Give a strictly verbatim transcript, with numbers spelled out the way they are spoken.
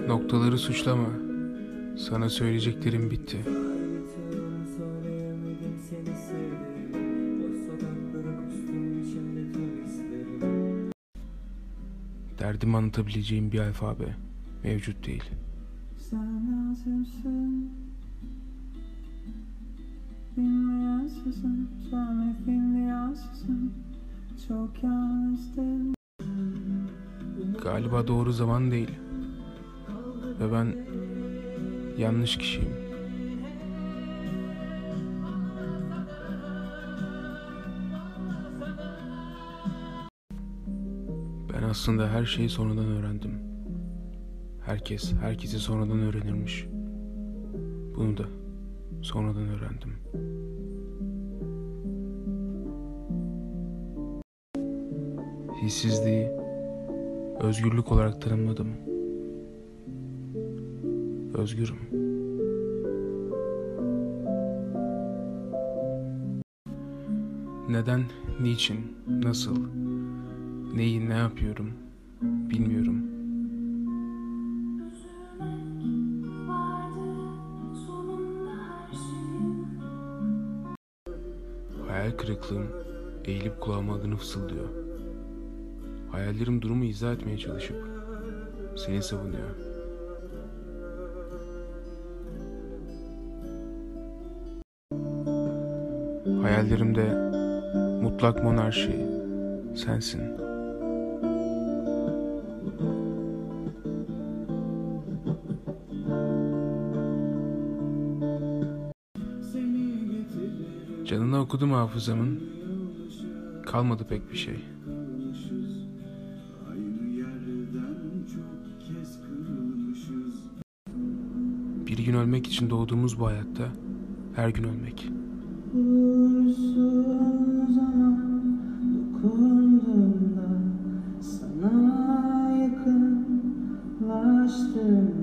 Noktaları suçlama. Sana söyleyeceklerim bitti. Derdimi anlatabileceğim bir alfabe mevcut değil. Sen lazımsın, bilmeyensizim, söyledin diyansızım, çok yalnızdım. Galiba doğru zaman değil. Ve ben yanlış kişiyim. Ben aslında her şeyi sonradan öğrendim. Herkes, herkesi sonradan öğrenirmiş. Bunu da sonradan öğrendim. Hissizliği özgürlük olarak tanımladım. Özgürüm. Neden, niçin, nasıl, neyi ne yapıyorum bilmiyorum. Hayal kırıklığım eğilip kulağıma adını fısıldıyor. Hayallerim durumu izah etmeye çalışıp seni savunuyor. Hayallerimde mutlak monarşi sensin. Canına okudum hafızamın, kalmadı pek bir şey. Bir gün ölmek için doğduğumuz bu hayatta her gün ölmek. Huzursuz ama dokunduğumda sana yakınlaştım.